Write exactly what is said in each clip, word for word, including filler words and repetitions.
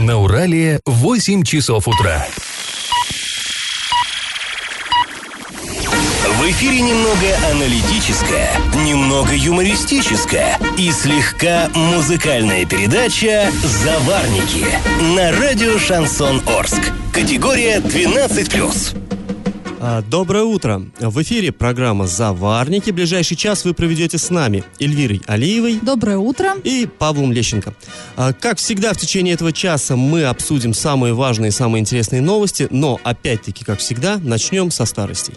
На Урале восемь часов утра. В эфире немного аналитическая, немного юмористическая и слегка музыкальная передача «Заварники» на радио «Шансон Орск». Категория двенадцать плюс. Доброе утро. В эфире программа «Заварники». Ближайший час вы проведете с нами Эльвирой Алиевой. Доброе утро. И Павлом Лещенко. Как всегда, в течение этого часа мы обсудим самые важные, самые интересные новости, но, опять-таки, как всегда, начнем со старостей.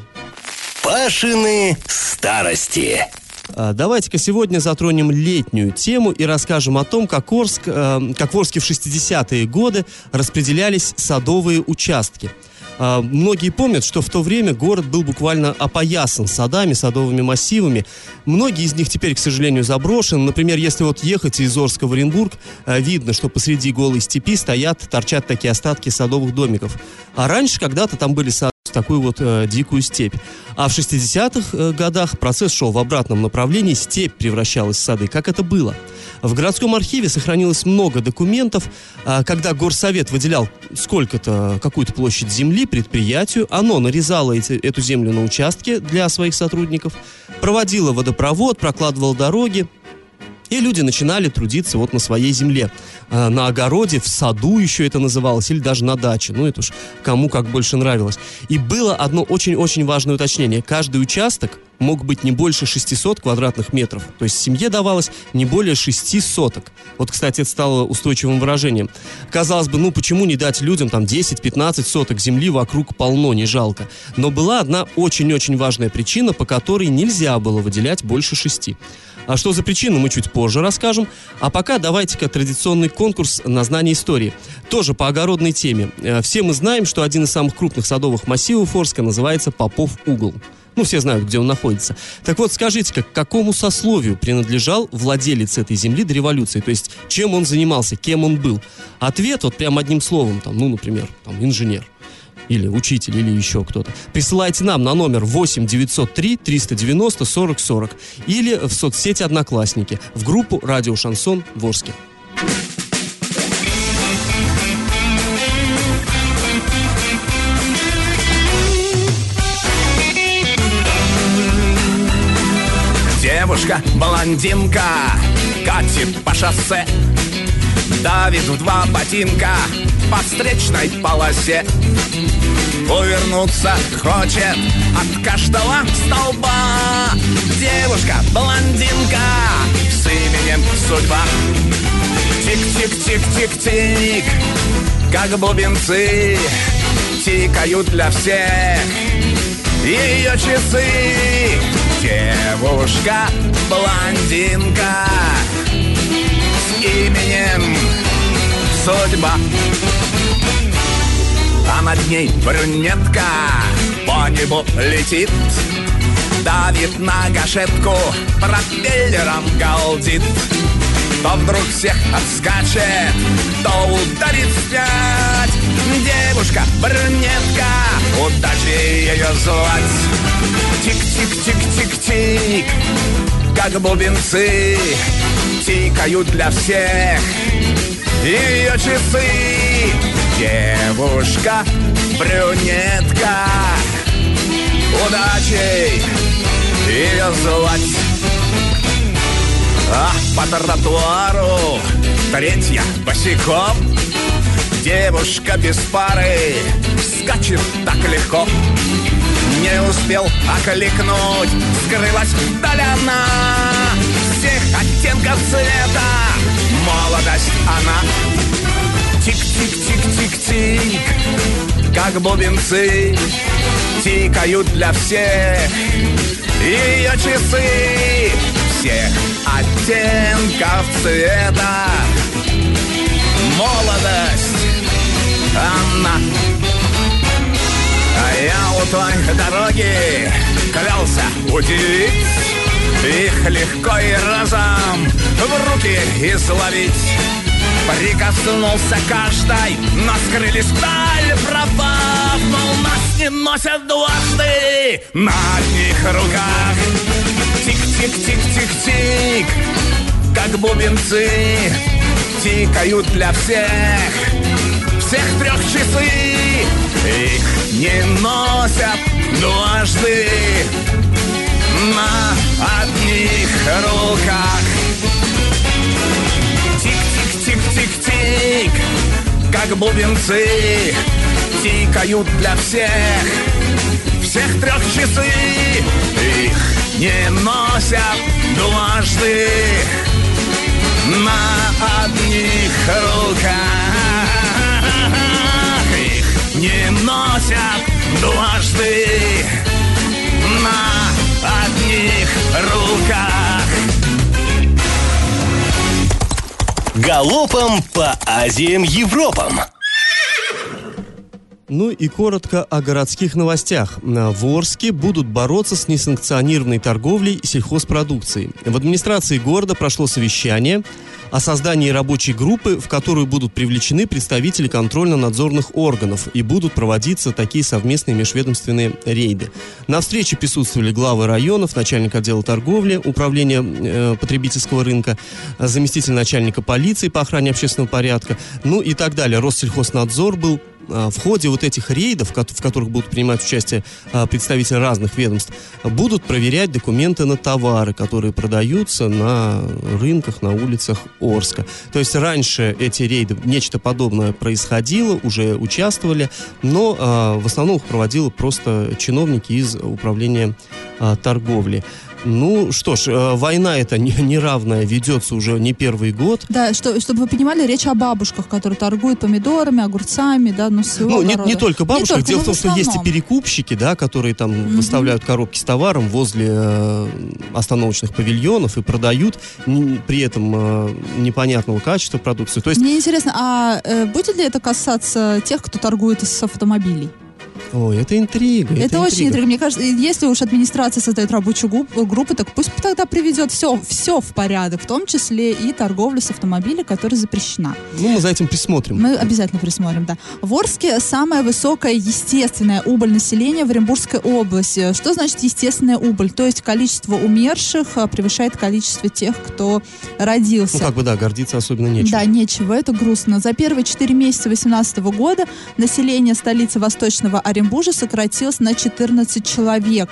Пашины старости. Давайте-ка сегодня затронем летнюю тему и расскажем о том, как, Орск, как в Орске в шестидесятые годы распределялись садовые участки. Многие помнят, что в то время город был буквально опоясан садами, садовыми массивами. Многие из них теперь, к сожалению, заброшены. Например, если вот ехать из Орска в Оренбург, видно, что посреди голой степи стоят, торчат такие остатки садовых домиков. А раньше когда-то там были сады, такую вот э, дикую степь. А в шестидесятых э, годах процесс шел в обратном направлении, степь превращалась в сады. Как это было? В городском архиве сохранилось много документов, э, когда горсовет выделял сколько-то, какую-то площадь земли предприятию, оно нарезало эти, эту землю на участке для своих сотрудников, проводило водопровод, прокладывало дороги, и люди начинали трудиться вот на своей земле. На огороде, в саду еще это называлось, или даже на даче. Ну, это уж кому как больше нравилось. И было одно очень-очень важное уточнение. Каждый участок мог быть не больше шестисот квадратных метров. То есть семье давалось не более шести соток. Вот, кстати, это стало устойчивым выражением. Казалось бы, ну почему не дать людям там десять-пятнадцать соток земли, вокруг полно, не жалко. Но была одна очень-очень важная причина, по которой нельзя было выделять больше шести. А что за причина, мы чуть позже расскажем. А пока давайте-ка традиционный конкурс на знание истории. Тоже по огородной теме. Все мы знаем, что один из самых крупных садовых массивов Орска называется Попов угол. Ну, все знают, где он находится. Так вот, скажите-ка, к какому сословию принадлежал владелец этой земли до революции? То есть, чем он занимался, кем он был? Ответ вот прям одним словом, там, ну, например, там, инженер. Или учитель, или еще кто-то. Присылайте нам на номер восемь девятьсот три триста девяносто сорок сорок или в соцсети «Одноклассники» в группу «Радио Шансон» в Орске. Девушка-блондинка катит по шоссе, давит в два ботинка по встречной полосе. Увернуться хочет от каждого столба. Девушка-блондинка с именем судьба. Тик-тик-тик-тик-тик, как бубенцы, тикают для всех ее часы. Девушка-блондинка с именем судьба. А над ней брюнетка по небу летит, давит на гашетку, пропеллером галдит. То вдруг всех отскачет, то ударит вспять. Девушка-брюнетка, удачи ее звать. Тик-тик-тик-тик-тик, как бубенцы, тикают для всех ее часы. Девушка-брюнетка, удачей ее звать. А по тротуару третья босиком, девушка без пары скачет так легко. Не успел окликнуть, скрылась вдаль она. Всех оттенков цвета молодость она. Тик-тик-тик-тик-тик, как бубенцы, тикают для всех ее часы. Всех оттенков цвета молодость она. А я у той дороги клялся удивить, их легко и разом в руки изловить. Прикоснулся каждой, но скрылись вдаль права. Мол, нас не носят дважды на одних руках. Тик-тик-тик-тик-тик, как бубенцы, тикают для всех не носят дважды на одних руках. Тик-тик-тик-тик-тик, как бубенцы, тикают для всех, всех трех часы. Их не носят дважды на одних руках. Их не носят дважды на одних руках. Галопом по Азиям, Европам. Ну и коротко о городских новостях. В Орске будут бороться с несанкционированной торговлей сельхозпродукцией. В администрации города прошло совещание о создании рабочей группы, в которую будут привлечены представители контрольно-надзорных органов и будут проводиться такие совместные межведомственные рейды. На встрече присутствовали главы районов, начальник отдела торговли, управления э, потребительского рынка, заместитель начальника полиции по охране общественного порядка, ну и так далее. Россельхознадзор был. В ходе вот этих рейдов, в которых будут принимать участие представители разных ведомств, будут проверять документы на товары, которые продаются на рынках, на улицах Орска. То есть раньше эти рейды, нечто подобное происходило, уже участвовали, но в основном их проводили просто чиновники из управления торговли. Ну что ж, э, война эта неравная ведется уже не первый год. Да, что, чтобы вы понимали, речь о бабушках, которые торгуют помидорами, огурцами, да, ну, своего Ну, не, не только бабушках. Не только, дело в том, что есть и перекупщики, да, которые там mm-hmm. выставляют коробки с товаром возле э, остановочных павильонов и продают не, при этом э, непонятного качества продукции. То есть... Мне интересно, а э, будет ли это касаться тех, кто торгует с автомобилей? Ой, это интрига. Это, это очень интрига. интрига. Мне кажется, если уж администрация создает рабочую группу, группу, так пусть тогда приведет все, все в порядок, в том числе и торговлю с автомобилем, которая запрещена. Ну, мы за этим присмотрим. Мы обязательно присмотрим, да. В Орске самая высокая естественная убыль населения в Оренбургской области. Что значит естественная убыль? То есть количество умерших превышает количество тех, кто родился. Ну, как бы, да, гордиться особенно нечего. Да, нечего, это грустно. За первые четыре месяца две тысячи восемнадцатого года население столицы Восточного Оренбурга сократилось на четырнадцать человек.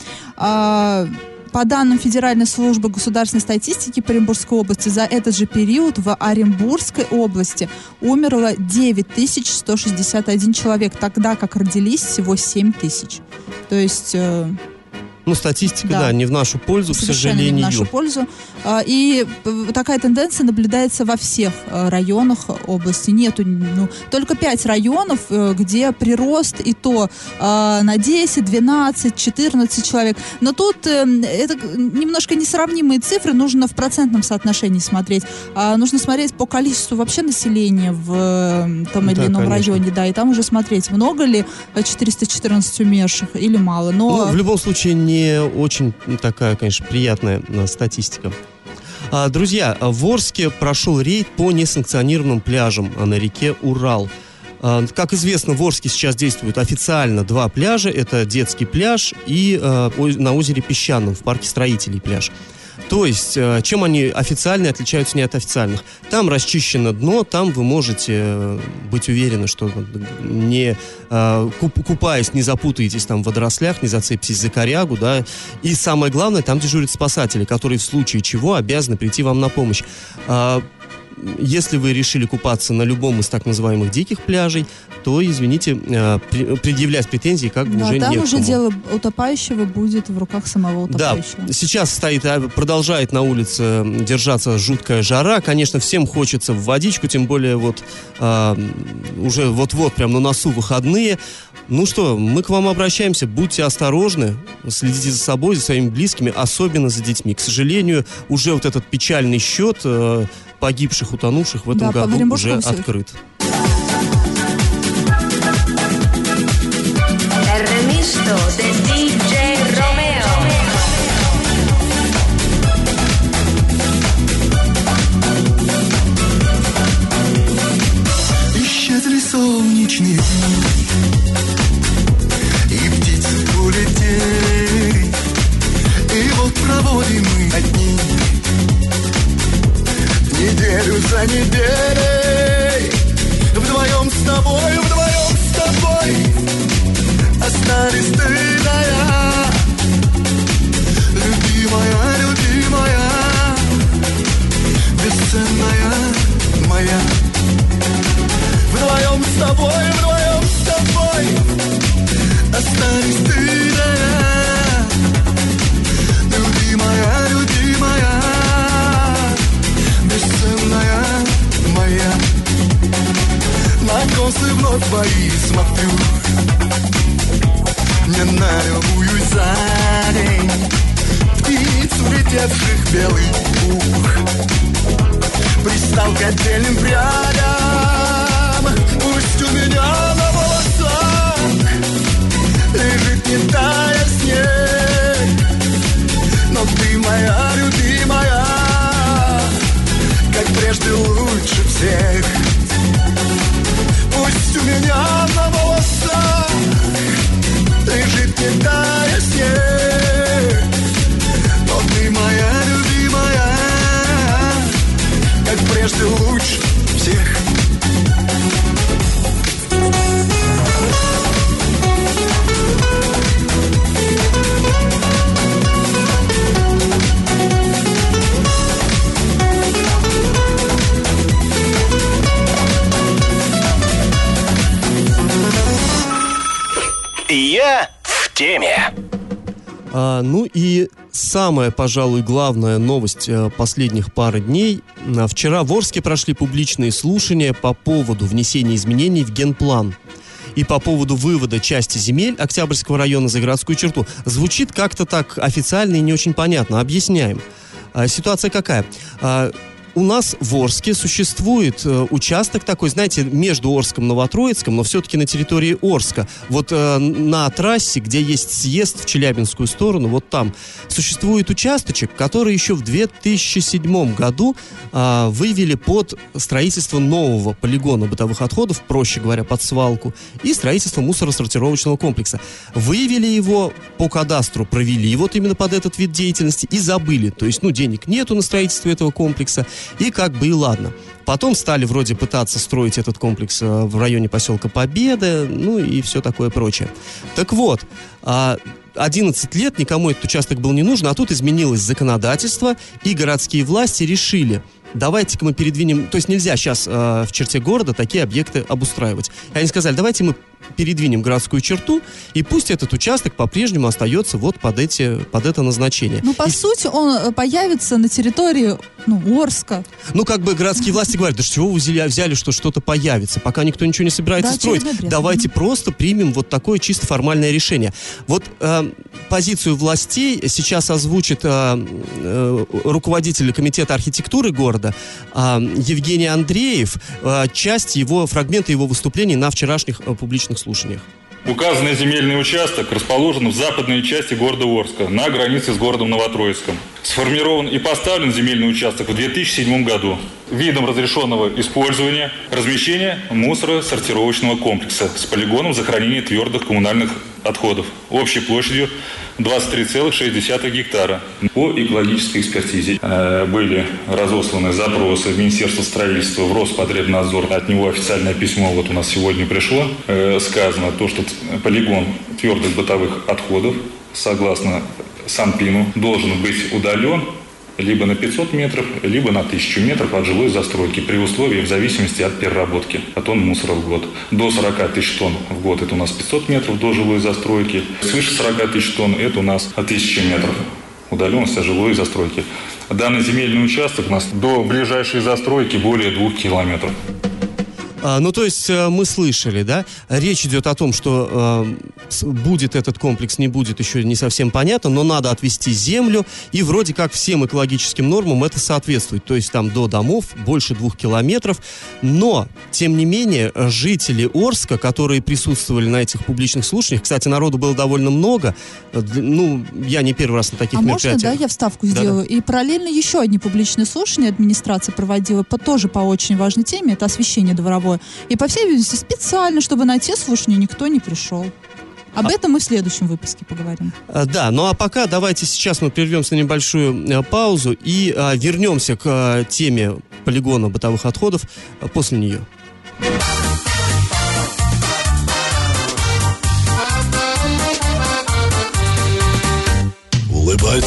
А, по данным Федеральной службы государственной статистики по Оренбургской области, за этот же период в Оренбургской области умерло девять тысяч сто шестьдесят один человек, тогда как родились всего семь тысяч. То есть... Ну, статистика, да. да, не в нашу пользу, совершенно к сожалению. не в нашу пользу. И такая тенденция наблюдается во всех районах области. Нету, ну, только пять районов, где прирост и то на десять, двенадцать, четырнадцать человек. Но тут это немножко несравнимые цифры, нужно в процентном соотношении смотреть. Нужно смотреть по количеству вообще населения в том или ином да, районе, да, и там уже смотреть, много ли четыреста четырнадцать умерших или мало. Но... Ну, в любом случае, не Не очень такая, конечно, приятная статистика. Друзья, в Орске прошел рейд по несанкционированным пляжам на реке Урал. Как известно, в Орске сейчас действуют официально два пляжа. Это детский пляж и на озере Песчаном в парке строителей пляж. То есть, чем они официальные отличаются не от официальных? Там расчищено дно, там вы можете быть уверены, что не купаясь, не запутаетесь там в водорослях, не зацепитесь за корягу, да. И самое главное, там дежурят спасатели, которые в случае чего обязаны прийти вам на помощь. Если вы решили купаться на любом из так называемых диких пляжей, то, извините, предъявлять претензии как бы да, уже некому. Да, там уже дело утопающего будет в руках самого утопающего. Да, сейчас стоит, продолжает на улице держаться жуткая жара. Конечно, всем хочется в водичку, тем более вот а, уже вот-вот прям на носу выходные. Ну что, мы к вам обращаемся, будьте осторожны, следите за собой, за своими близкими, особенно за детьми. К сожалению, уже вот этот печальный счет э, погибших, утонувших в этом да, году уже открыт. Исчезли солнечные дни, и птицы улетели, и вот проводим мы одни неделю за неделей, вдвоем с тобой, вдвоем с тобой, остались ты да я. Любимая, любимая, бесценная моя. Вдвоем с тобой, вдвоем с тобой остались ты да я. Любимая, любимая, бесценная моя. На косы вновь твои смотрю, не на любую за день птиц, улетевших в белый пух. Пристал к отдельным прядям, пусть у меня на волосах лежит не тая снег. Но ты моя любимая, как прежде лучше всех. Пусть у меня на волосах лежит не тая снег. Но ты моя любимая, как прежде лучше всех. Я в теме. А, ну и самая, пожалуй, главная новость а, последних пары дней. А, вчера в Орске прошли публичные слушания по поводу внесения изменений в генплан. И по поводу вывода части земель Октябрьского района за городскую черту. Звучит как-то так официально и не очень понятно. Объясняем. А, ситуация какая? А, У нас в Орске существует э, участок такой, знаете, между Орском и Новотроицком, но все-таки на территории Орска. Вот э, на трассе, где есть съезд в Челябинскую сторону, вот там существует участочек, который еще в две тысячи седьмом году э, вывели под строительство нового полигона бытовых отходов, проще говоря, под свалку, и строительство мусоросортировочного комплекса. Вывели его по кадастру, провели вот именно под этот вид деятельности и забыли. То есть, ну, денег нету на строительство этого комплекса. И как бы и ладно. Потом стали вроде пытаться строить этот комплекс в районе поселка Победы, ну и все такое прочее. Так вот, одиннадцать лет никому этот участок был не нужен, а тут изменилось законодательство, и городские власти решили: давайте-ка мы передвинем... То есть нельзя сейчас э, в черте города такие объекты обустраивать. И они сказали: давайте мы передвинем городскую черту, и пусть этот участок по-прежнему остается вот под, эти, под это назначение. Ну, по и... сути, он появится на территории, ну, Орска. Ну, как бы городские власти говорят: да с чего вы взяли, взяли, что что-то появится, пока никто ничего не собирается да, строить. Давайте mm-hmm. просто примем вот такое чисто формальное решение. Вот э, позицию властей сейчас озвучит э, э, руководитель комитета архитектуры города э, Евгений Андреев, э, часть его, фрагменты его выступлений на вчерашних э, публичных слушаниях. Указанный земельный участок расположен в западной части города Орска, на границе с городом Новотроицком. Сформирован и поставлен земельный участок в две тысячи седьмом году. Видом разрешенного использования размещение мусоросортировочного комплекса с полигоном захоронения твердых коммунальных отходов общей площадью двадцать три целых шесть десятых гектара. По экологической экспертизе э, были разосланы запросы в Министерство строительства, в Роспотребнадзор. От него официальное письмо вот у нас сегодня пришло. Э, сказано то, что полигон твердых бытовых отходов, согласно Санпину, должен быть удален либо на пятьсот метров, либо на тысячу метров от жилой застройки, при условии в зависимости от переработки, от тонн мусора в год. До сорок тысяч тонн в год это у нас пятьсот метров до жилой застройки, свыше сорок тысяч тонн это у нас тысяча метров удаленность от жилой застройки. Данный земельный участок у нас до ближайшей застройки более двух километров. А, ну, то есть э, мы слышали, да? Речь идет о том, что э, будет этот комплекс, не будет, еще не совсем понятно, но надо отвести землю, и вроде как всем экологическим нормам это соответствует. То есть там до домов больше двух километров. Но, тем не менее, жители Орска, которые присутствовали на этих публичных слушаниях, кстати, народу было довольно много, ну, я не первый раз на таких а мероприятиях. А можно, да, я вставку сделаю? Да-да. И параллельно еще одни публичные слушания администрация проводила, по, тоже по очень важной теме, это освещение дворовое. И, по всей видимости, специально, чтобы на те слушания никто не пришел. Об а... этом мы в следующем выпуске поговорим. А, да, ну а пока давайте сейчас мы прервемся на небольшую а, паузу и а, вернемся к а, теме полигона бытовых отходов а, после нее.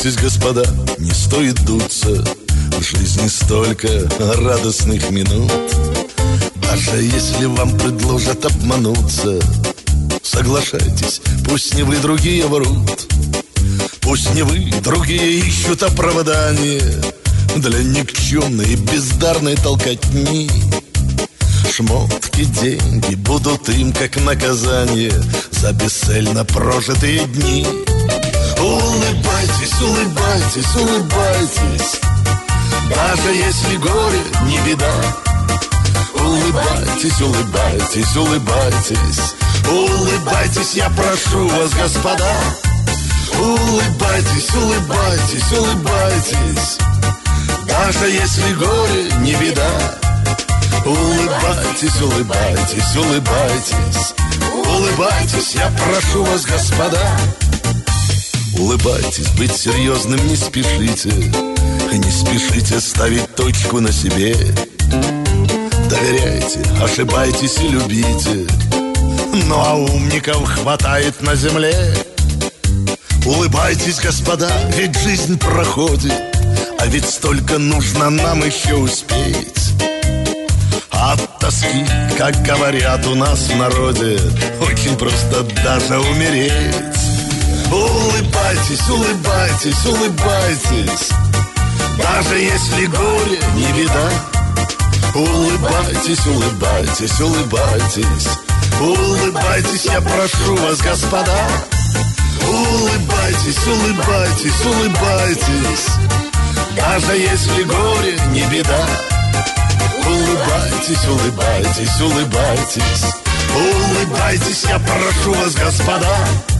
Улыбайтесь, господа, не стоит дуться. В жизни столько радостных минут. Даже если вам предложат обмануться, соглашайтесь, пусть не вы, другие врут. Пусть не вы, другие ищут оправдание для никчемной и бездарной толкотни. Шмотки, деньги будут им как наказание за бесцельно прожитые дни. Улыбайтесь, улыбайтесь, улыбайтесь, даже если горе не беда. Улыбайтесь, улыбайтесь, улыбайтесь, улыбайтесь, я прошу вас, господа. Улыбайтесь, улыбайтесь, улыбайтесь, даже если горе не беда. Улыбайтесь, улыбайтесь, улыбайтесь, улыбайтесь, я прошу вас, господа. Улыбайтесь, быть серьезным не спешите, не спешите ставить точку на себе. Доверяйте, ошибайтесь и любите, ну а умников хватает на земле. Улыбайтесь, господа, ведь жизнь проходит, а ведь столько нужно нам еще успеть. От тоски, как говорят у нас в народе, очень просто даже умереть. Улыбайтесь, улыбайтесь, улыбайтесь, даже если горе не беда. Улыбайтесь, улыбайтесь, улыбайтесь, улыбайтесь, я прошу вас, господа. Улыбайтесь, улыбайтесь, улыбайтесь, даже если горе не беда. Улыбайтесь, улыбайтесь, улыбайтесь, улыбайтесь, я прошу вас, господа.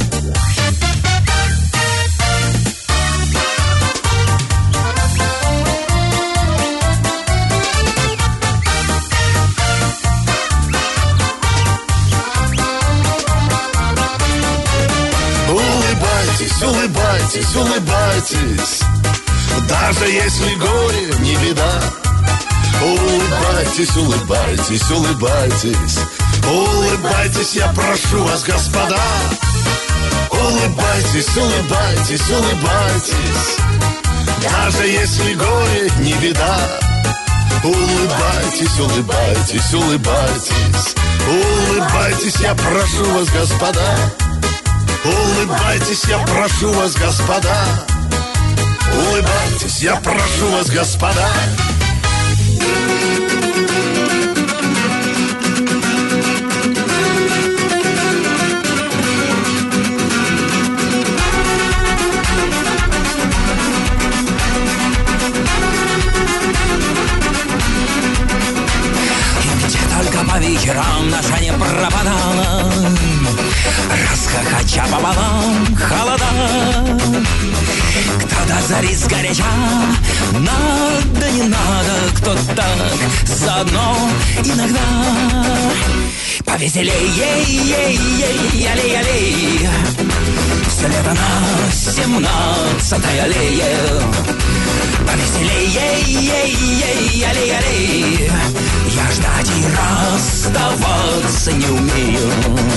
Улыбайтесь, улыбайтесь, улыбайтесь, даже если горе не беда. Улыбайтесь, улыбайтесь, улыбайтесь, улыбайтесь, я прошу вас, господа. Улыбайтесь, улыбайтесь, улыбайтесь, даже если горе не беда. Улыбайтесь, улыбайтесь, улыбайтесь, улыбайтесь, я прошу вас, господа. Улыбайтесь, я прошу вас, господа. Улыбайтесь, я прошу вас, господа. По вечерам наша не пропадала, раскохоча пополам холода. Кто до зари сгоряча, надо, не надо, кто так заодно иногда. Повеселей, ей, ей, ей, аллей, аллей, все лето на семнадцатой аллее. Повеселей, ей, ей, ей, аллей, аллей, я ждать и расставаться не умею.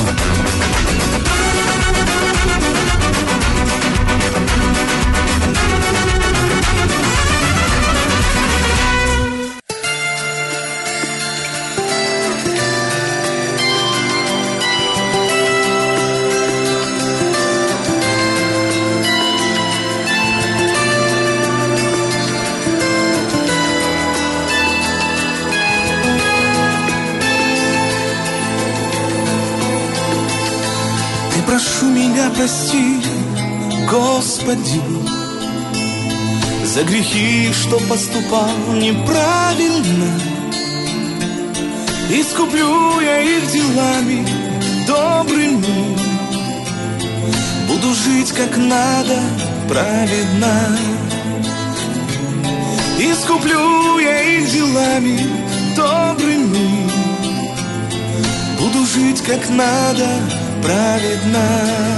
Прошу меня прости, Господи, за грехи, что поступал неправильно. Искуплю я их делами добрыми, буду жить как надо, праведно. Искуплю я их делами добрыми, буду жить как надо, праведно.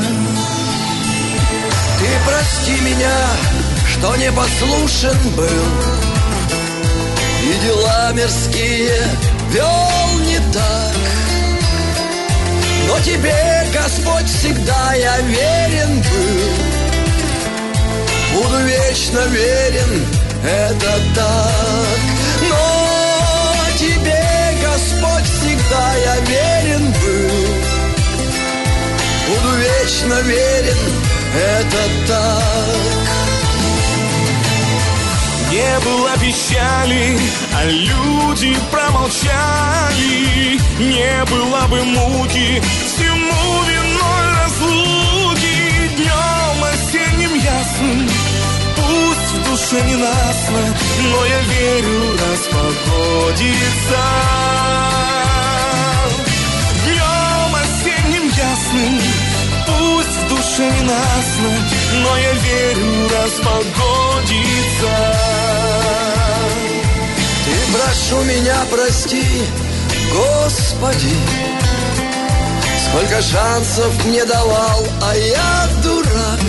Ты прости меня, что непослушен был и дела мирские вел не так. Но тебе, Господь, всегда я верен был. буду вечно верен, это так. Но тебе, Господь, всегда я верен был. Буду вечно верен, это так. Не было печали, а люди промолчали. Не было бы муки, всему виной разлуки. Днем осенним ясным, пусть в душе ненастно, но я верю, распогодится. Днем осенним ясным, пусть в душе ненастно, но я верю, распогодится. Ты, прошу меня, прости, Господи, сколько шансов мне давал, а я дурак.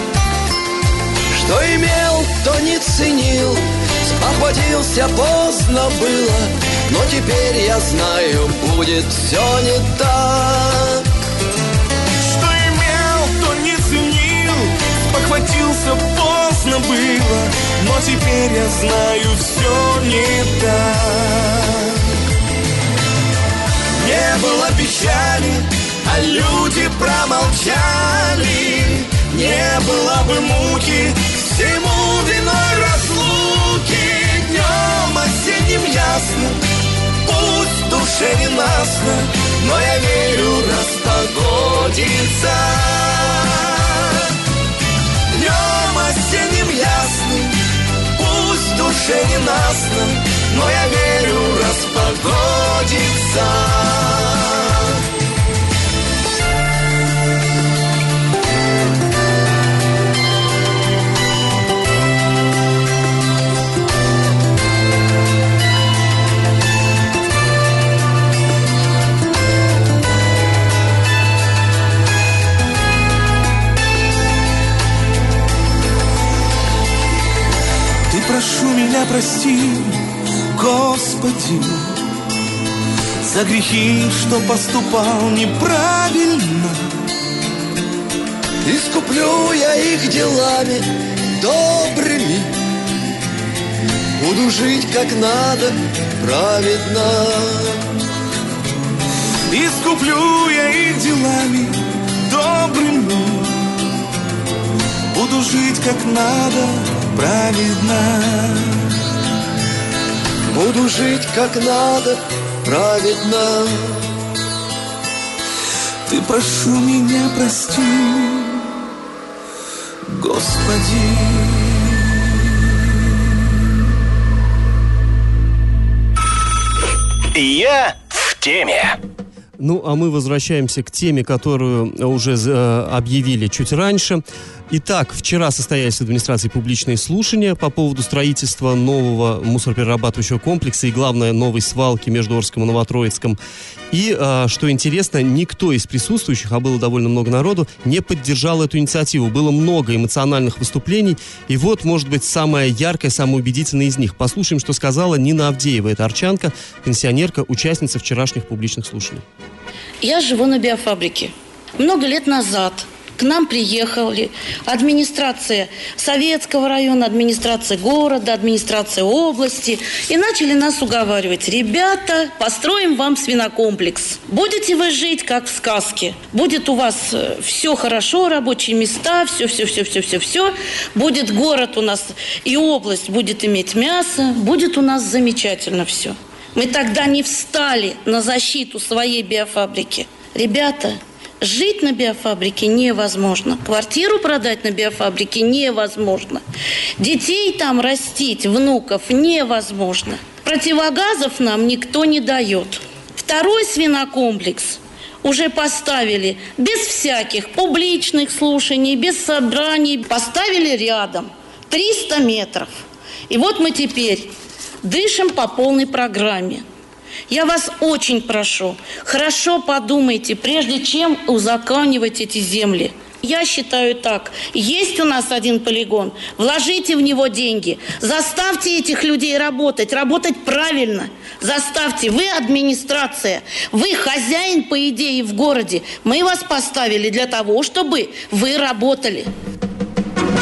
Что имел, то не ценил, спохватился, поздно было, но теперь я знаю, будет все не так. Что имел, то не ценил, спохватился, поздно было, но теперь я знаю, все не так. Не было печали, а люди промолчали. Не было бы муки, всему виной разлуки. Днем осенним ясно, пусть в душе ненастно, но я верю, распогодится. Днем осенним ясным, пусть в душе ненастно, но я верю, распогодится. Прошу меня прости, Господи, за грехи, что поступал неправильно. Искуплю я их делами добрыми, буду жить как надо, праведно. Искуплю я их делами добрыми, буду жить как надо, праведно. Буду жить как надо, праведно. Ты, прошу меня, прости, Господи. Я в теме. Ну, а мы возвращаемся к теме, которую уже э, объявили чуть раньше. Итак, вчера состоялись в администрации публичные слушания по поводу строительства нового мусороперерабатывающего комплекса и, главное, новой свалки между Орском и Новотроицком. И, э, что интересно, никто из присутствующих, а было довольно много народу, не поддержал эту инициативу. Было много эмоциональных выступлений. И вот, может быть, самое яркое, самое убедительное из них. Послушаем, что сказала Нина Авдеева. Это арчанка, пенсионерка, участница вчерашних публичных слушаний. Я живу на биофабрике. Много лет назад к нам приехали администрация Советского района, администрация города, администрация области и начали нас уговаривать: ребята, построим вам свинокомплекс. Будете вы жить как в сказке. Будет у вас все хорошо, рабочие места, все-все-все-все-все-все. Будет город у нас и область будет иметь мясо, будет у нас замечательно все. Мы тогда не встали на защиту своей биофабрики. Ребята, жить на биофабрике невозможно. Квартиру продать на биофабрике невозможно. Детей там растить, внуков, невозможно. Противогазов нам никто не дает. Второй свинокомплекс уже поставили без всяких публичных слушаний, без собраний. Поставили рядом, триста метров. И вот мы теперь дышим по полной программе. Я вас очень прошу, хорошо подумайте, прежде чем узаконивать эти земли. Я считаю так: есть у нас один полигон, вложите в него деньги, заставьте этих людей работать, работать правильно. Заставьте, вы администрация, вы хозяин, по идее, в городе. Мы вас поставили для того, чтобы вы работали.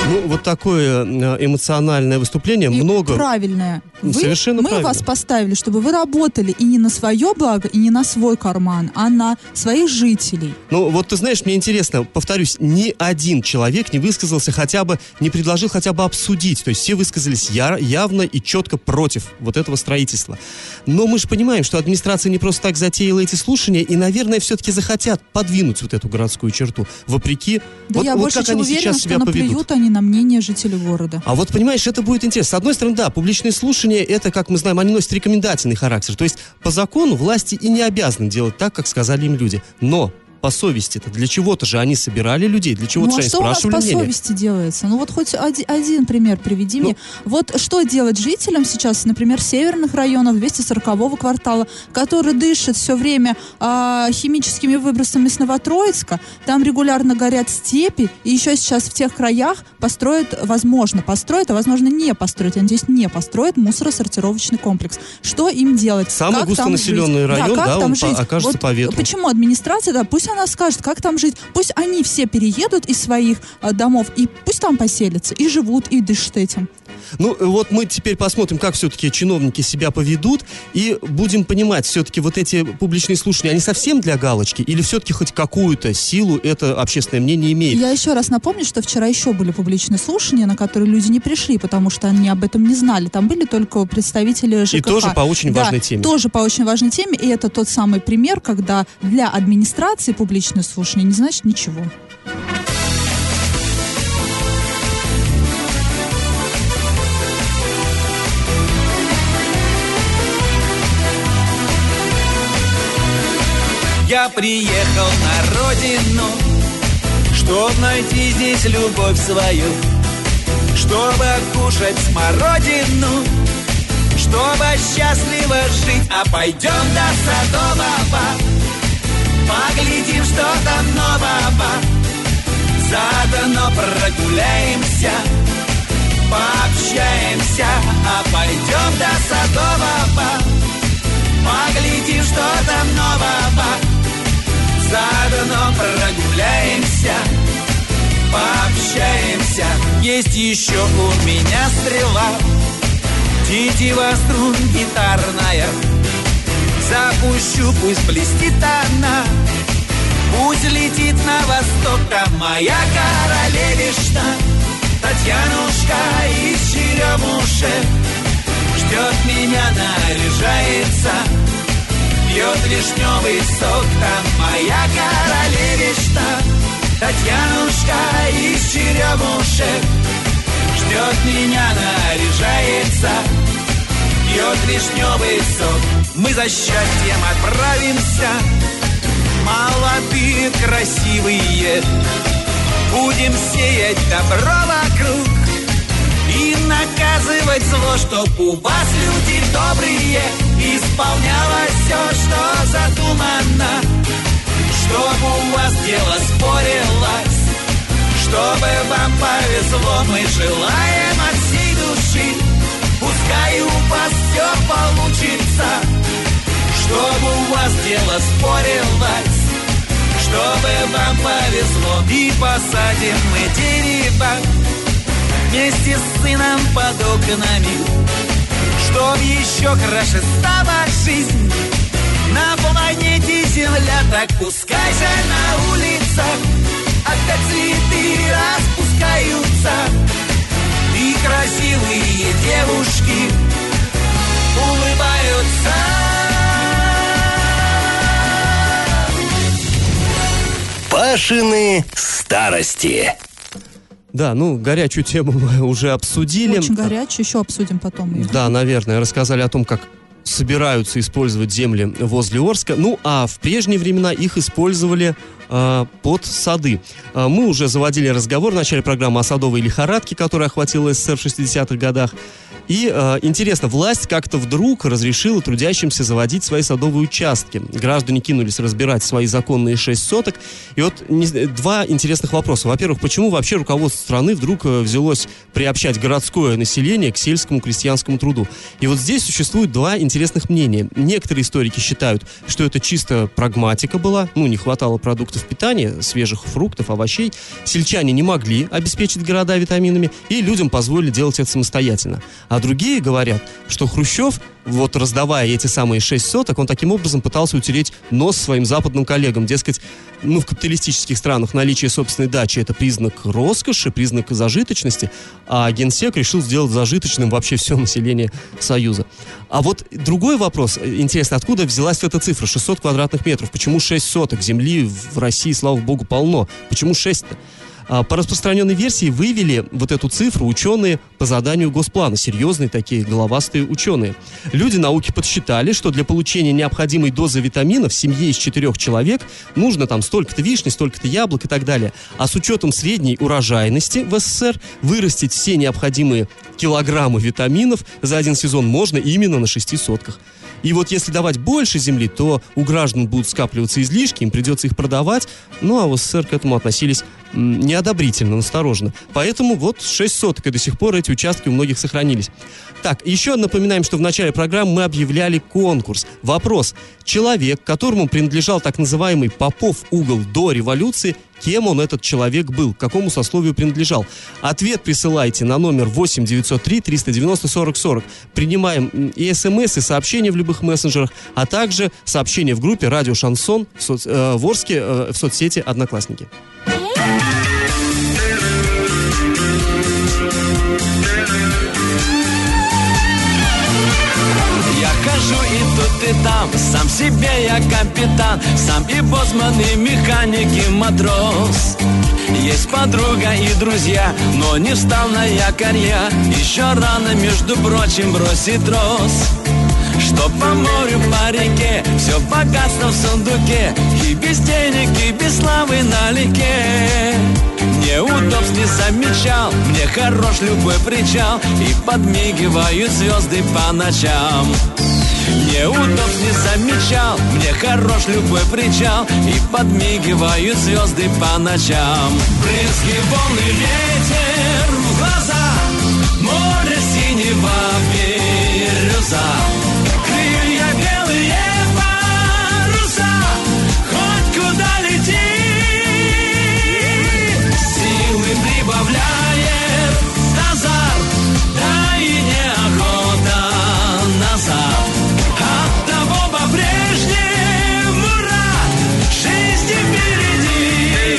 Ну, вот такое эмоциональное выступление, и много... правильное. Вы, Совершенно мы правильно. вас поставили, чтобы вы работали и не на свое благо, и не на свой карман, а на своих жителей. Ну, вот ты знаешь, мне интересно, повторюсь, ни один человек не высказался хотя бы, не предложил хотя бы обсудить. То есть все высказались я, явно и четко против вот этого строительства. Но мы же понимаем, что администрация не просто так затеяла эти слушания, и, наверное, все-таки захотят подвинуть вот эту городскую черту, вопреки... Да вот, я вот больше как чем они уверена, сейчас что себя наплюют поведут. они на мнение жителей города. А вот, понимаешь, это будет интересно. С одной стороны, да, публичные слушания, это, как мы знаем, они носят рекомендательный характер. То есть, по закону, власти и не обязаны делать так, как сказали им люди. Но по совести-то, для чего-то же они собирали людей, для чего-то Ну же а они что у нас спрашивали по мнение. совести делается? Ну вот хоть один, один пример приведи Ну, мне. Вот что делать жителям сейчас, например, северных районов двести сорокового квартала, которые дышат все время а, химическими выбросами с Новотроицка, там регулярно горят степи, и еще сейчас в тех краях построят, возможно, построят, а возможно не построят, я надеюсь, не построят мусоросортировочный комплекс. Что им делать? Самый Как густонаселенный там жить? район, да, как да, там он жить? по- окажется Вот по ветру. Почему администрация, да, пусть она скажет, как там жить, пусть они все переедут из своих э, домов, и пусть там поселятся, и живут, и дышат этим. Ну, вот мы теперь посмотрим, как все-таки чиновники себя поведут, и будем понимать, все-таки вот эти публичные слушания, они совсем для галочки, или все-таки хоть какую-то силу это общественное мнение имеет? Я еще раз напомню, что вчера еще были публичные слушания, на которые люди не пришли, потому что они об этом не знали. Там были только представители ЖКХ. И тоже по очень да, важной теме. тоже по очень важной теме, и это тот самый пример, когда для администрации публичные слушания не значит ничего. Я приехал на родину, чтоб найти здесь любовь свою, чтобы кушать смородину, чтобы счастливо жить. А пойдем до Садового, поглядим, что там нового, заодно прогуляемся, пообщаемся. А пойдем до Садового, поглядим, что там нового, заодно прогуляемся, пообщаемся. Есть еще у меня стрела, тетива струн гитарная, запущу, пусть блестит она, пусть летит на восток. Там моя королевишна Татьянушка из Черемушек ждет меня, наряжается, пьет вишневый сок. Там моя королевишна Татьянушка из Черемушек ждет меня, наряжается, пьет вишневый сок. Мы за счастьем отправимся, молодые, красивые, будем сеять добро вокруг и наказывать зло, чтоб у вас, люди добрые, исполнялось все, что задумано, чтоб у вас дело спорилось, чтобы вам повезло. Мы желаем от всей души, пускай у вас все получится, чтобы у вас дело спорилось, чтобы вам повезло. И посадим мы дерево вместе с сыном под окнами, чтоб еще краше стала жизнь на планете Земля. Так пускай же на улицах опять цветы распускаются, и красивые девушки улыбаются. Пашины старости. Да, ну, горячую тему мы уже обсудили. Очень горячую, еще обсудим потом ее. Да, наверное, рассказали о том, как собираются использовать земли возле Орска. Ну, а в прежние времена их использовали э, под сады. Э, мы уже заводили разговор в начале программы о садовой лихорадке, которая охватила СССР в шестидесятых годах. И э, интересно, власть как-то вдруг разрешила трудящимся заводить свои садовые участки. Граждане кинулись разбирать свои законные шесть соток. И вот не, два интересных вопроса. Во-первых, почему вообще руководство страны вдруг э, взялось приобщать городское население к сельскому крестьянскому труду? И вот здесь существует два интересных мнения. Некоторые историки считают, что это чисто прагматика была, ну, не хватало продуктов питания, свежих фруктов, овощей. Сельчане не могли обеспечить города витаминами, и людям позволили делать это самостоятельно. А другие говорят, что Хрущев, вот раздавая эти самые шесть соток, он таким образом пытался утереть нос своим западным коллегам. Дескать, ну, в капиталистических странах наличие собственной дачи — это признак роскоши, признак зажиточности, а генсек решил сделать зажиточным вообще все население Союза. А вот другой вопрос, интересно, откуда взялась эта цифра, шестьсот квадратных метров? Почему шесть соток? Земли в России, слава богу, полно. Почему шесть-то? По распространенной версии вывели вот эту цифру ученые по заданию Госплана. Серьезные такие головастые ученые. Люди науки подсчитали, что для получения необходимой дозы витаминов в семье из четырех человек нужно там столько-то вишни, столько-то яблок и так далее. А с учетом средней урожайности в СССР вырастить все необходимые килограммы витаминов за один сезон можно именно на шести сотках. И вот если давать больше земли, то у граждан будут скапливаться излишки, им придется их продавать. Ну, а в СССР к этому относились м, неодобрительно, настороженно. Поэтому вот шесть соток, и до сих пор эти участки у многих сохранились. Так, еще напоминаем, что в начале программы мы объявляли конкурс. Вопрос. Человек, которому принадлежал так называемый Попов угол до революции, кем он, этот человек, был, к какому сословию принадлежал? Ответ присылайте на номер восемь девятьсот три триста девяносто сорок сорок. Принимаем и смс, и сообщения в любых мессенджерах, а также сообщения в группе «Радио Шансон» в, соц, э, в Орске э, в соцсети «Одноклассники». Я хожу и тут, и там, сам себе я капитан, сам и боцман, и механик, и матрос. Есть подруга и друзья, но не встал на якорь я. Еще рано, между прочим, бросить трос. Что по морю, по реке, все богатство в сундуке, и без денег, и без славы налегке. Неудобств не замечал, мне хорош любой причал, и подмигивают звезды по ночам. Неудобств не замечал, мне хорош любой причал, и подмигивают звезды по ночам. Брызги, волны, ветер в глаза, море синего бирюза, крылья белые паруса, хоть куда лети, силы прибавляет азарт, да и неохота назад. Оттого по-прежнему рад жизни впереди.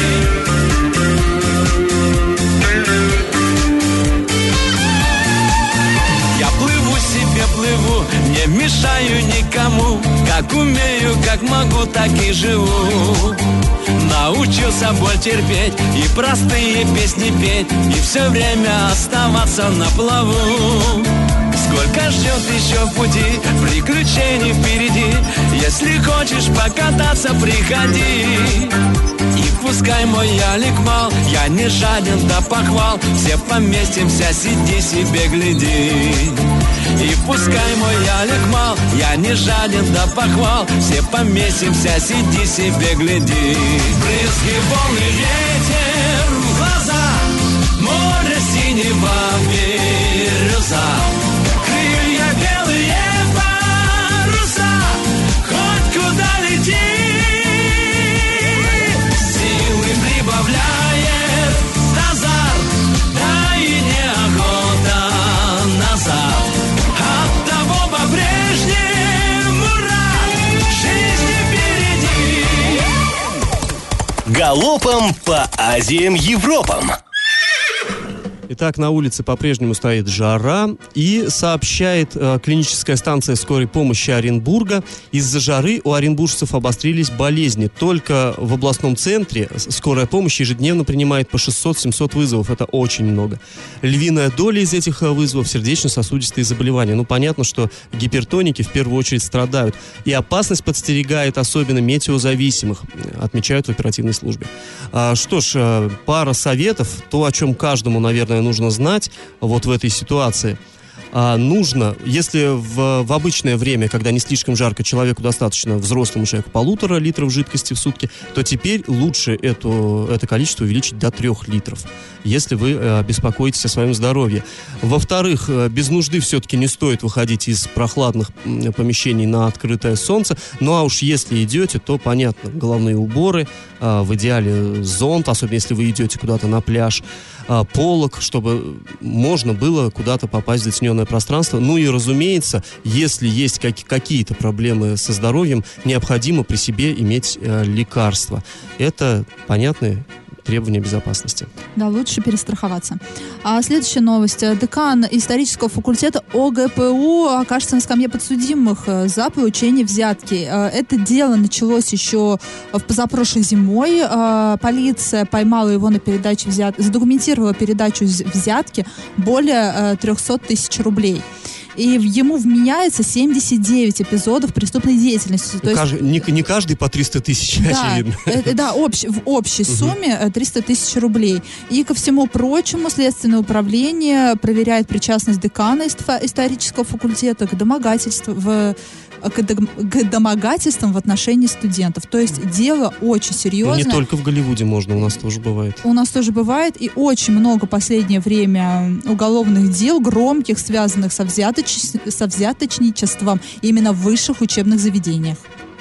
Я плыву себе, плыву, не мешаю никому. Как умею, как могу, так и живу. Научился боль терпеть и простые песни петь, и все время оставаться на плаву. Сколько ждет еще в пути, приключений впереди. Если хочешь покататься, приходи. И пускай мой ялик мал, я не жаден до похвал, все поместимся, сиди себе, гляди. И пускай мой ялик мал, я не жаден до похвал, все поместимся, сиди себе, гляди. Брызги, волны, ветер в глаза, море синего бирюза, крылья белые паруса, хоть куда лети, силы прибавляет азарт, да и неохота назад. Оттого по-прежнему рад жизни впереди. Галопом по Азиям, Европам. Итак, на улице по-прежнему стоит жара, и сообщает э, клиническая станция скорой помощи Оренбурга, из-за жары у оренбуржцев обострились болезни. Только в областном центре скорая помощь ежедневно принимает по шестьсот-семьсот вызовов. Это очень много. Львиная доля из этих вызовов — сердечно-сосудистые заболевания. Ну, понятно, что гипертоники в первую очередь страдают. И опасность подстерегает особенно метеозависимых, отмечают в оперативной службе. А, что ж, пара советов, то, о чем каждому, наверное, нужно знать вот в этой ситуации. А, нужно, если в, в обычное время, когда не слишком жарко, человеку достаточно, взрослому человеку, полутора литров жидкости в сутки, то теперь лучше эту, это количество увеличить до трех литров, если вы э, беспокоитесь о своем здоровье. Во-вторых, э, без нужды все-таки не стоит выходить из прохладных э, помещений на открытое солнце. Ну а уж если идете, то понятно, головные уборы, э, в идеале зонт, особенно если вы идете куда-то на пляж, э, полог, чтобы можно было куда-то попасть в затененное пространство. Ну и, разумеется, если есть как, какие-то проблемы со здоровьем, необходимо при себе иметь э, лекарства. Это понятные требования безопасности. Да, лучше перестраховаться. А следующая новость. Декан исторического факультета ОГПУ окажется на скамье подсудимых за получение взятки. Это дело началось еще в позапрошлой зимой. Полиция поймала его на передаче взятки, задокументировала передачу взятки более трехсот тысяч рублей. И ему вменяется семьдесят девять эпизодов преступной деятельности. То Кажд... есть... не, не каждый по триста тысяч, да, очевидно. Это, да, общ... в общей Угу. сумме триста тысяч рублей. И, ко всему прочему, Следственное управление проверяет причастность декана исторического факультета к домогательству в к домогательствам в отношении студентов. То есть дело очень серьезное. Ну, не только в Голливуде можно, у нас тоже бывает. У нас тоже бывает, и очень много в последнее время уголовных дел, громких, связанных со, взяточ... со взяточничеством именно в высших учебных заведениях.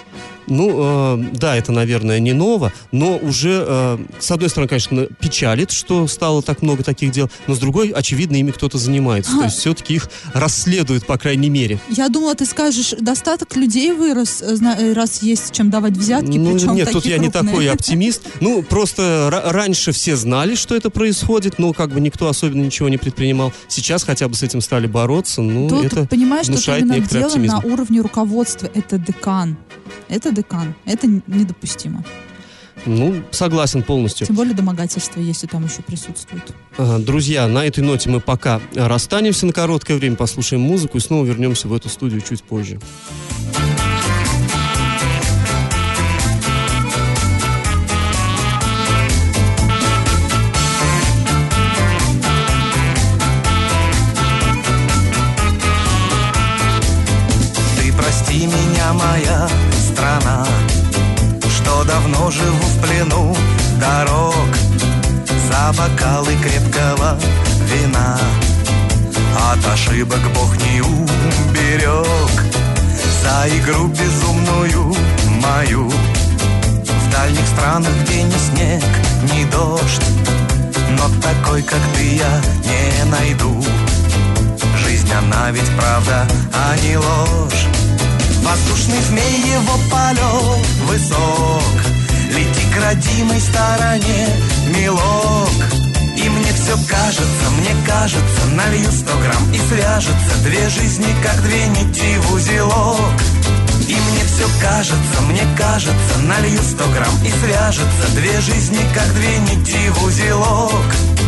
Ну, э, да, это, наверное, не ново, но уже, э, с одной стороны, конечно, печалит, что стало так много таких дел, но с другой, очевидно, ими кто-то занимается. А. То есть все-таки их расследуют, по крайней мере. Я думала, ты скажешь, достаток людей вырос, раз есть чем давать взятки, ну, причем нет, такие тут я крупные. не такой оптимист. Ну, просто р- раньше все знали, что это происходит, но как бы никто особенно ничего не предпринимал. Сейчас хотя бы с этим стали бороться, ну, тут, это понимаешь, внушает тут именно некоторый дело оптимизм. на уровне руководства. Это декан. Это декан. Это недопустимо. Ну, согласен полностью. Тем более домогательства, если там еще присутствует. Ага, друзья, на этой ноте мы пока расстанемся на короткое время, послушаем музыку и снова вернемся в эту студию чуть позже. Ты прости меня, моя страна, что давно живу в плену дорог, за бокалы крепкого вина. От ошибок Бог не уберег, за игру безумную мою. В дальних странах, где ни снег, ни дождь, но такой, как ты, я не найду. Жизнь, она ведь правда, а не ложь. Воздушный змей, его полет высок, лети к родимой стороне, милок. И мне все кажется, мне кажется, налью сто грамм и свяжется две жизни, как две нити в узелок. И мне все кажется, мне кажется, налью сто грамм и свяжется две жизни, как две нити в узелок.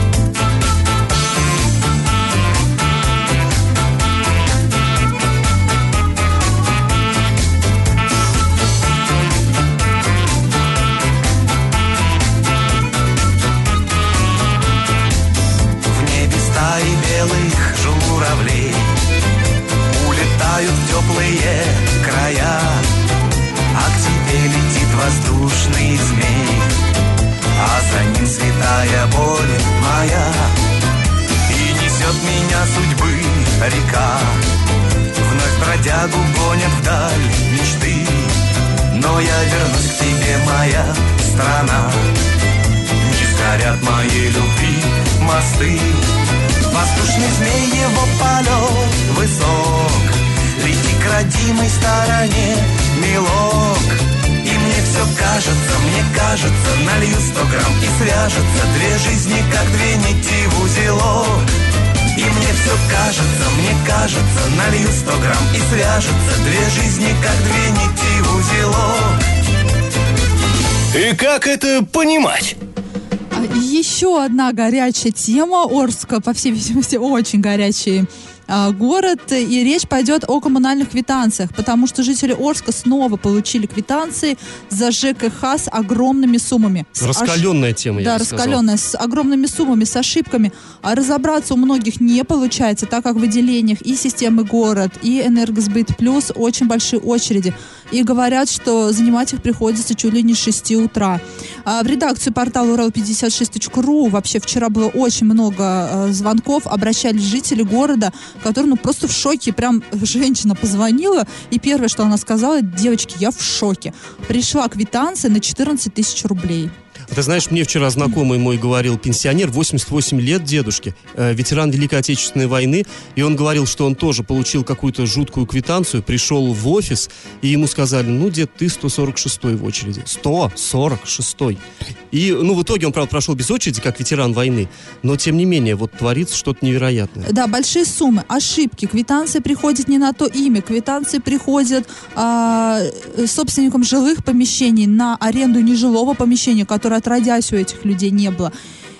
Белых журавлей улетают в теплые края, а к тебе летит воздушный змей, а за ним святая боль моя. И несет меня судьбы река, вновь бродягу гонят вдаль мечты. Но я вернусь к тебе, моя страна, не сгорят моей любви мосты. Воздушный змей, его полет высок, лети к родимой стороне, милок. И мне все кажется, мне кажется, налью сто грамм и свяжется две жизни, как две нити в узелок. И мне все кажется, мне кажется, налью сто грамм и свяжется две жизни, как две нити в узелок. И как это понимать? Еще одна горячая тема Орска, по всей видимости, очень горячий а, город, и речь пойдет о коммунальных квитанциях, потому что жители Орска снова получили квитанции за ЖКХ с огромными суммами. Раскаленная Аж... тема, я Да, бы сказал. раскаленная, с огромными суммами, с ошибками. А разобраться у многих не получается, так как в выделениях и системы город, и Энергосбыт Плюс очень большие очереди. И говорят, что занимать их приходится чуть ли не с шести утра. А в редакцию портала урал пятьдесят шесть точка ру вообще вчера было очень много э, звонков, обращались жители города, которые ну просто в шоке. Прям женщина позвонила, и первое, что она сказала: девочки, я в шоке. Пришла квитанция на четырнадцать тысяч рублей. Ты знаешь, мне вчера знакомый мой говорил, пенсионер, восемьдесят восемь лет дедушке, э, ветеран Великой Отечественной войны, и он говорил, что он тоже получил какую-то жуткую квитанцию, пришел в офис, и ему сказали: ну, дед, ты сто сорок шестой в очереди. сто сорок шестой. И, ну, в итоге он, правда, прошел без очереди, как ветеран войны, но, тем не менее, вот творится что-то невероятное. Да, большие суммы, ошибки, квитанции приходят не на то имя, квитанции приходят а, собственникам жилых помещений на аренду нежилого помещения, которое отродясь у этих людей не было.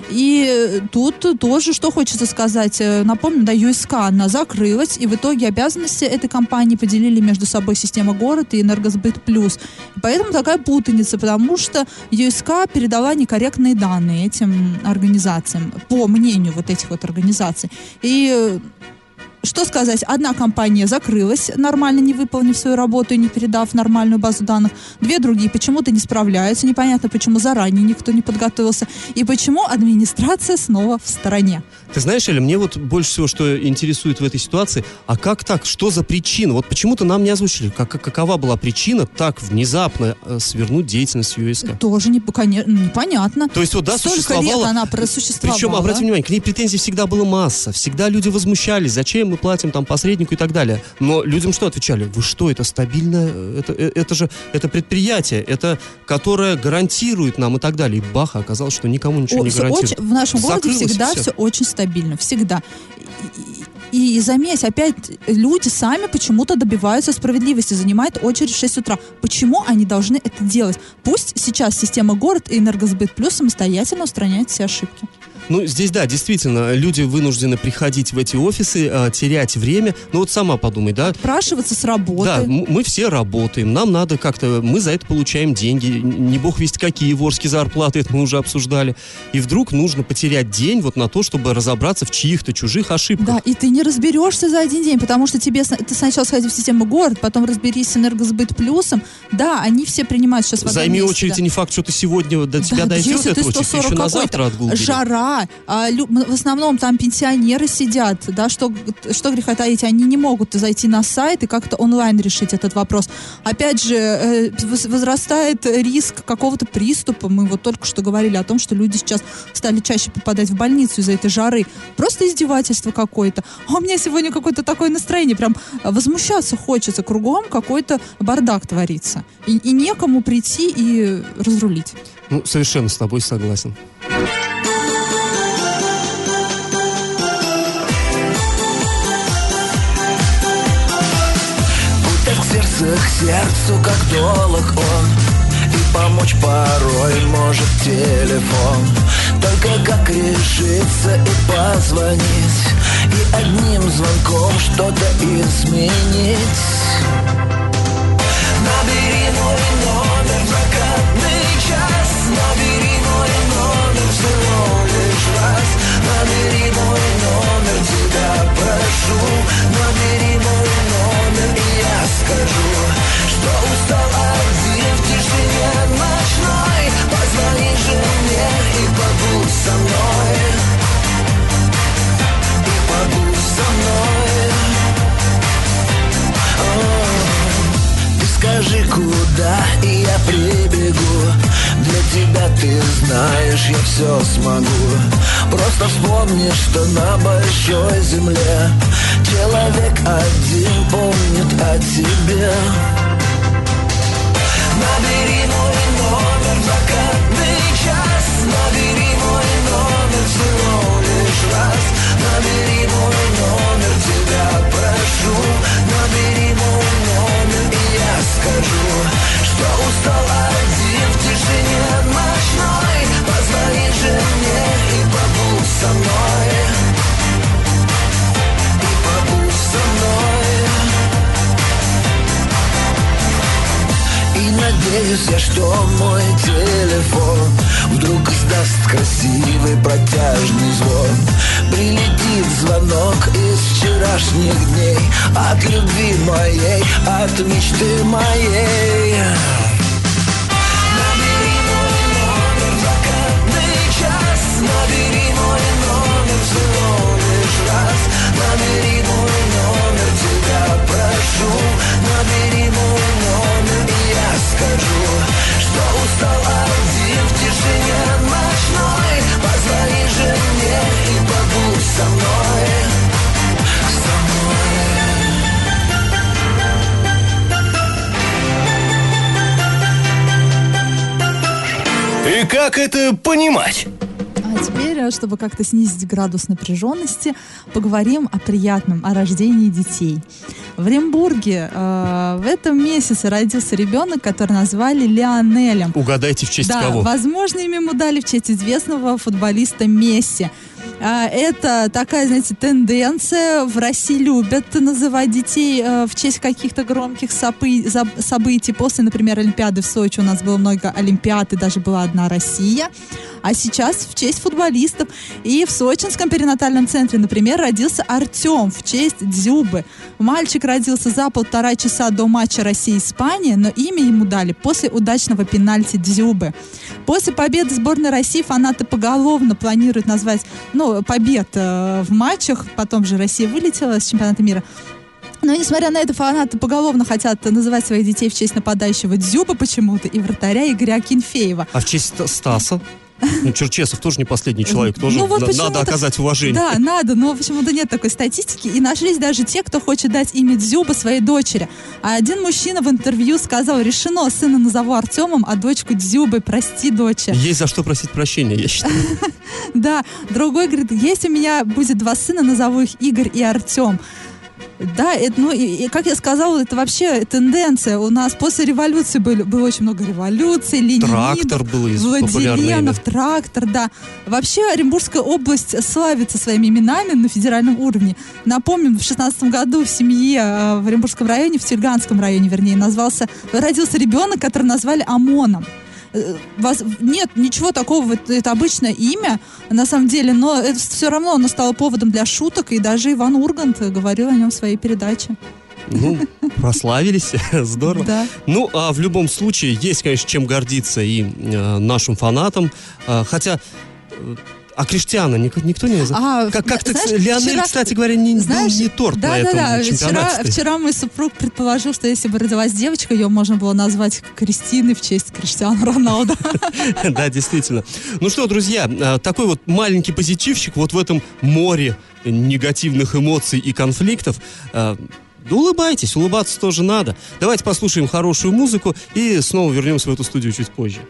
И тут тоже, что хочется сказать, напомню, да, ю эс ка, она закрылась, и в итоге обязанности этой компании поделили между собой система город и Энергосбыт Плюс. И поэтому такая путаница, потому что ю эс ка передала некорректные данные этим организациям, по мнению вот этих вот организаций. И что сказать, одна компания закрылась, нормально не выполнив свою работу и не передав нормальную базу данных. Две другие почему-то не справляются. Непонятно, почему заранее никто не подготовился. И почему администрация снова в стороне. Ты знаешь, Эля, мне вот больше всего, что интересует в этой ситуации, а как так, что за причина? Вот почему-то нам не озвучили, как, какова была причина так внезапно э, свернуть деятельность ю эс ка? Тоже не, конечно, непонятно. То есть вот, да, Столько существовала... лет она просуществовала. Причем, обрати внимание, к ней претензий всегда было масса. Всегда люди возмущались, зачем мы платим там посреднику и так далее. Но людям что отвечали? Вы что, это стабильное, это, это же это предприятие, это, которое гарантирует нам и так далее. И бах, оказалось, что никому ничего О, не гарантирует. Очень, в нашем городе Закрылось всегда все. все очень стабильно, всегда. И, и заметь, опять люди сами почему-то добиваются справедливости, занимают очередь в шесть утра. Почему они должны это делать? Пусть сейчас система город и Энергосбыт Плюс самостоятельно устраняют все ошибки. Ну, здесь, да, действительно, люди вынуждены приходить в эти офисы, э, терять время. Ну, вот сама подумай, да? Отпрашиваться с работы. Да, м- мы все работаем, нам надо как-то, мы за это получаем деньги. Не бог весть какие в Орске зарплаты, это мы уже обсуждали. И вдруг нужно потерять день вот на то, чтобы разобраться в чьих-то чужих ошибках. Да, и ты не разберешься за один день, потому что тебе ты сначала сходи в систему город, потом разберись с Энергосбыт Плюсом. Да, они все принимают сейчас в одном Займи месте, очередь, да. и не факт, что ты сегодня до тебя Да, дойдет если эта ты очередь, сто сорок еще на завтра отгул берет. Жара, а, лю, в основном там пенсионеры сидят, да, что, что греха таить, они не могут зайти на сайт и как-то онлайн решить этот вопрос. Опять же, э, возрастает риск какого-то приступа. Мы вот только что говорили о том, что люди сейчас стали чаще попадать в больницу из-за этой жары. Просто издевательство какое-то. А у меня сегодня какое-то такое настроение, прям возмущаться хочется. Кругом какой-то бардак творится. И, и некому прийти и разрулить. Ну, совершенно с тобой согласен. Сердце к сердцу, как долг он, и помочь порой может телефон. Только как решиться и позвонить, и одним звонком что-то изменить. Набери мой номер в закатный час, набери мой номер всего лишь раз. Набери мой номер, тебя прошу, набери мой номер, и я скажу, что устал один в тишине ночной. Позвони же мне и побудь со мной, и побудь со мной. О, ты скажи, куда, и я прибегу. Для тебя, ты знаешь, я все смогу. Просто вспомни, что на большой земле человек один помнит о тебе. Набери мой номер в закатный час, набери мой номер всего лишь раз. Набери мой номер, тебя прошу, набери мой номер, и я скажу, что устал один в тишине ночной. Позвони же мне и побудь со мной, и побудь. Боюсь я, что мой телефон вдруг издаст красивый протяжный звон. Прилетит звонок из вчерашних дней, от любви моей, от мечты моей. Набери мой номер в закатный час, набери мой номер всего лишь раз. Набери мой номер, тебя прошу, набери мой номер, и я скажу, что устал один в тишине ночной. Позвони же мне и побудь со мной, со мной. И как это понимать? А теперь, чтобы как-то снизить градус напряженности, поговорим о приятном, о рождении детей. В Оренбурге э, в этом месяце родился ребенок, который назвали Лионелем. Угадайте, в честь да, кого? Возможно, имя ему дали в честь известного футболиста Месси. А, это такая, знаете, тенденция. В России любят называть детей э, в честь каких-то громких сопы- за- событий. После, например, Олимпиады в Сочи у нас было много Олимпиад, и даже была одна Россия. А сейчас в честь футболистов. И в Сочинском перинатальном центре, например, родился Артем в честь Дзюбы. Мальчик родился за полтора часа до матча Россия-Испания, но имя ему дали после удачного пенальти Дзюбы. После победы сборной России фанаты поголовно планируют назвать, ну, побед э, в матчах. Потом же Россия вылетела с чемпионата мира. Но, несмотря на это, фанаты поголовно хотят называть своих детей в честь нападающего Дзюбы почему-то и вратаря Игоря Акинфеева. А в честь Стаса? Ну, Черчесов тоже не последний человек, тоже ну, вот на- надо оказать уважение. Да, надо, но почему-то нет такой статистики. И нашлись даже те, кто хочет дать имя Дзюба своей дочери. А один мужчина в интервью сказал: решено, сына назову Артемом, а дочку Дзюбой, прости, доча. Есть за что просить прощения, я считаю. Да, другой говорит: если у меня будет два сына, назову их Игорь и Артем. Да, это, ну, и, и, как я сказала, это вообще тенденция. У нас после революции были, было очень много революций, ленинидов, Трактор был из Владиленов, трактор, да. Вообще Оренбургская область славится своими именами на федеральном уровне. Напомним, в шестнадцатом году в семье э, в Оренбургском районе, в Тюрганском районе, вернее, назвался, родился ребенок, который назвали Омоном. Вас, нет, ничего такого, это, это обычное имя, на самом деле, но это все равно оно стало поводом для шуток, и даже Иван Ургант говорил о нем в своей передаче. Ну, прославились, здорово. Да. Ну, а в любом случае, есть, конечно, чем гордиться и э, нашим фанатам, э, хотя... Э, А Криштиана никто, никто не... А, как, как-то, знаешь, Лионель, вчера, кстати говоря, не, знаешь, был не торт да, на да, этом да. чемпионате. Вчера, вчера мой супруг предположил, что если бы родилась девочка, ее можно было назвать Кристиной в честь Криштиану Роналду. Да, действительно. Ну что, друзья, такой вот маленький позитивчик вот в этом море негативных эмоций и конфликтов. Да улыбайтесь, улыбаться тоже надо. Давайте послушаем хорошую музыку и снова вернемся в эту студию чуть позже.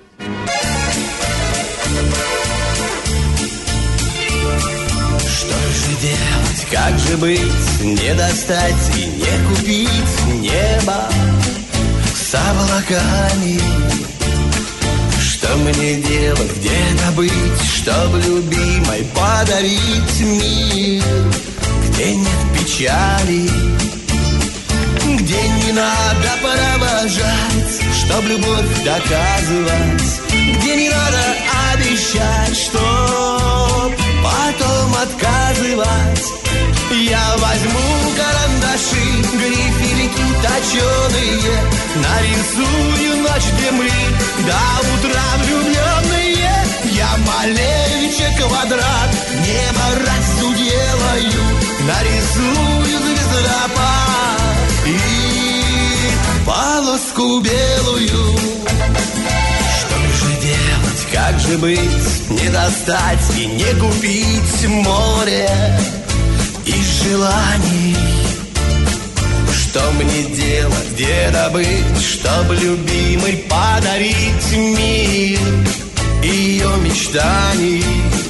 Делать, как же быть, не достать и не купить небо с облаками? Что мне делать, где добыть, чтоб любимой подарить мир, где нет печали, где не надо провожать, чтоб любовь доказывать, где не надо обещать, чтоб потом отказывать. Я возьму карандаши, грифелики точеные, нарисую ночь, где мы до утра влюбленные. Я малевича квадрат, небо разу делаю, нарисую звездопад и полоску белую. Как же быть, не достать и не купить море из желаний? Что мне делать, где добыть, чтоб любимой подарить мир ее мечтаний?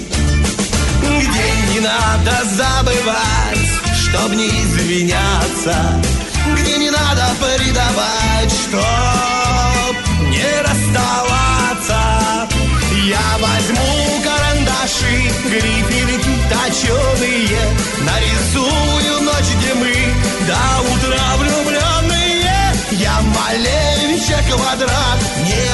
Где не надо забывать, чтоб не извиняться, где не надо предавать, чтоб не расставаться. Я возьму карандаши, грифелики точеные, нарисую ночь, где мы до утра влюбленные. Я малевича квадрат, не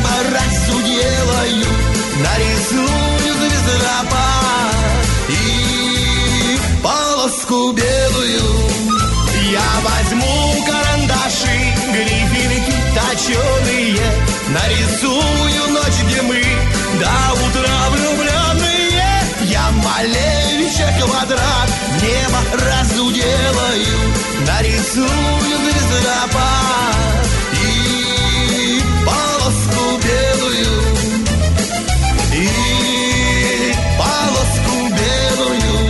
нарисую ночь, где мы до утра влюбленные. Я малевича квадрат небо разуделаю, нарисую звездопад и полоску белую, и полоску белую,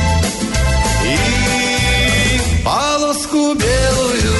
и полоску белую.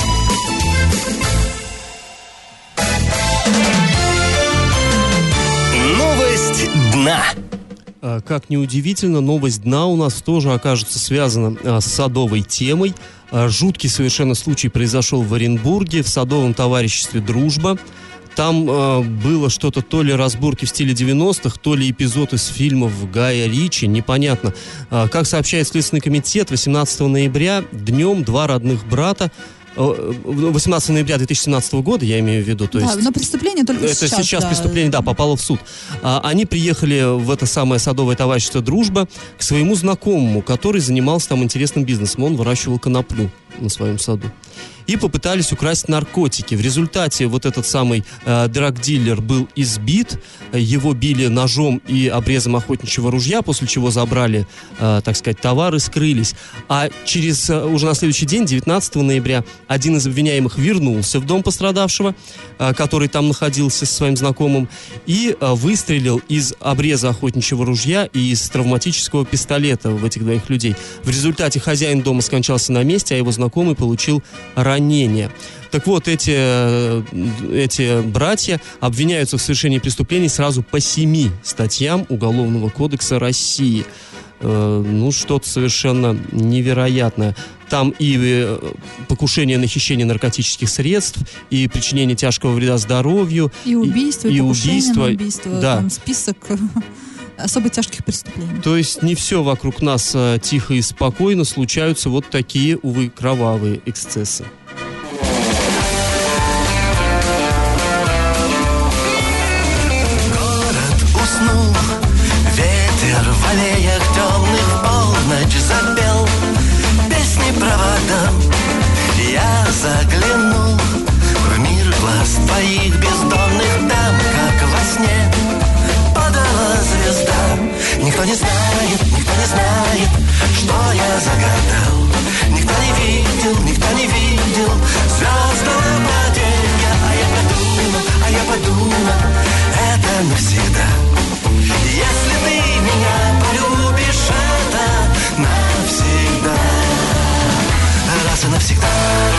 Новость дна. Как ни удивительно, новость дна у нас тоже окажется связана а, с садовой темой. А, жуткий совершенно случай произошел в Оренбурге в садовом товариществе «Дружба». Там э, было что-то, то ли разборки в стиле девяностых, то ли эпизод из фильмов Гая Ричи, непонятно. Э, как сообщает Следственный комитет, восемнадцатого ноября днем два родных брата, э, восемнадцатого ноября две тысячи семнадцатого года, я имею в виду, то да, есть... но преступление только это сейчас. Это сейчас да. преступление, да, попало в суд. А, они приехали в это самое садовое товарищество «Дружба» к своему знакомому, который занимался там интересным бизнесом. Он выращивал коноплю на своем саду. И попытались украсть наркотики. В результате вот этот самый э, драг-дилер был избит, его били ножом и обрезом охотничьего ружья, после чего забрали, э, так сказать, товар и скрылись. А через, э, уже на следующий день, девятнадцатого ноября, один из обвиняемых вернулся в дом пострадавшего, э, который там находился со своим знакомым, и э, выстрелил из обреза охотничьего ружья и из травматического пистолета в этих двоих людей. В результате хозяин дома скончался на месте, а его знакомый получил ранение. Так вот, эти, эти братья обвиняются в совершении преступлений сразу по семи статьям Уголовного кодекса России. Э, ну, что-то совершенно невероятное. Там и покушение на хищение наркотических средств, и причинение тяжкого вреда здоровью. И убийство, и, и покушение убийство, на убийство. Да. Там список особо тяжких преступлений. То есть не все вокруг нас а, тихо и спокойно, случаются вот такие, увы, кровавые эксцессы. Город уснул, ветер в аллеях темных в полночь запел песни проводом. Я заглянул в мир глаз твоих бездонных, там, как во сне, падала звезда. Никто не знает, никто не знает, что я загадал. Никто не видел, никто не видел звездного падения. А я подумал, а я подумал, это навсегда. Если ты меня полюбишь, это навсегда. Раз и навсегда.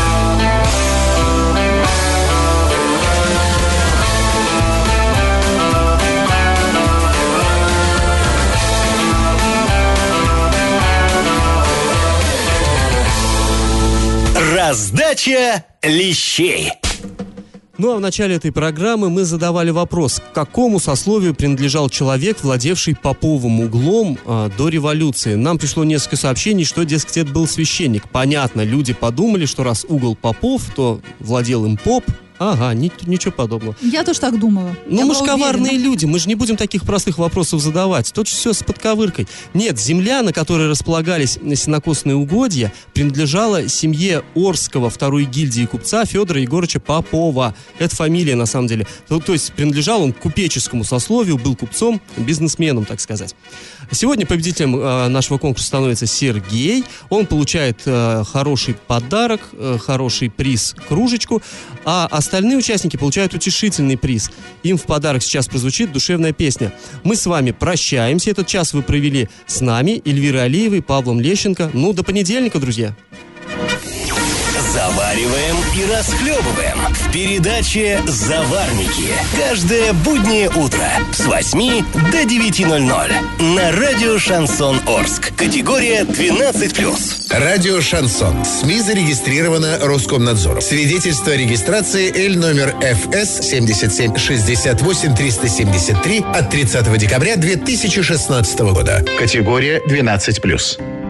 Раздача лещей. Ну а в начале этой программы мы задавали вопрос, к какому сословию принадлежал человек, владевший поповым углом а, до революции. Нам пришло несколько сообщений, что, дескать, это был священник. Понятно, люди подумали, что раз угол попов, то владел им поп. Ага, ни, ничего подобного. Я тоже так думала. Ну, Я мы же коварные уверена. люди, мы же не будем таких простых вопросов задавать. Тут же все с подковыркой. Нет, земля, на которой располагались сенокосные угодья, принадлежала семье Орского второй гильдии купца Федора Егоровича Попова. Это фамилия, на самом деле. То, то есть принадлежал он к купеческому сословию, был купцом, бизнесменом, так сказать. Сегодня победителем э, нашего конкурса становится Сергей. Он получает э, хороший подарок, э, хороший приз, кружечку, а остальные участники получают утешительный приз. Им в подарок сейчас прозвучит душевная песня. Мы с вами прощаемся. Этот час вы провели с нами, Эльвирой Алиевой, Павлом Лещенко. Ну, до понедельника, друзья. Завариваем и расхлебываем в передаче «Заварники». Каждое буднее утро с восьми до девяти ноль-ноль на радио «Шансон Орск». Категория двенадцать плюс. Радио «Шансон». СМИ зарегистрировано Роскомнадзором. Свидетельство о регистрации Л номер эф эс семьдесят семь шестьдесят восемь триста семьдесят три от тридцатого декабря две тысячи шестнадцатого года. Категория двенадцать плюс.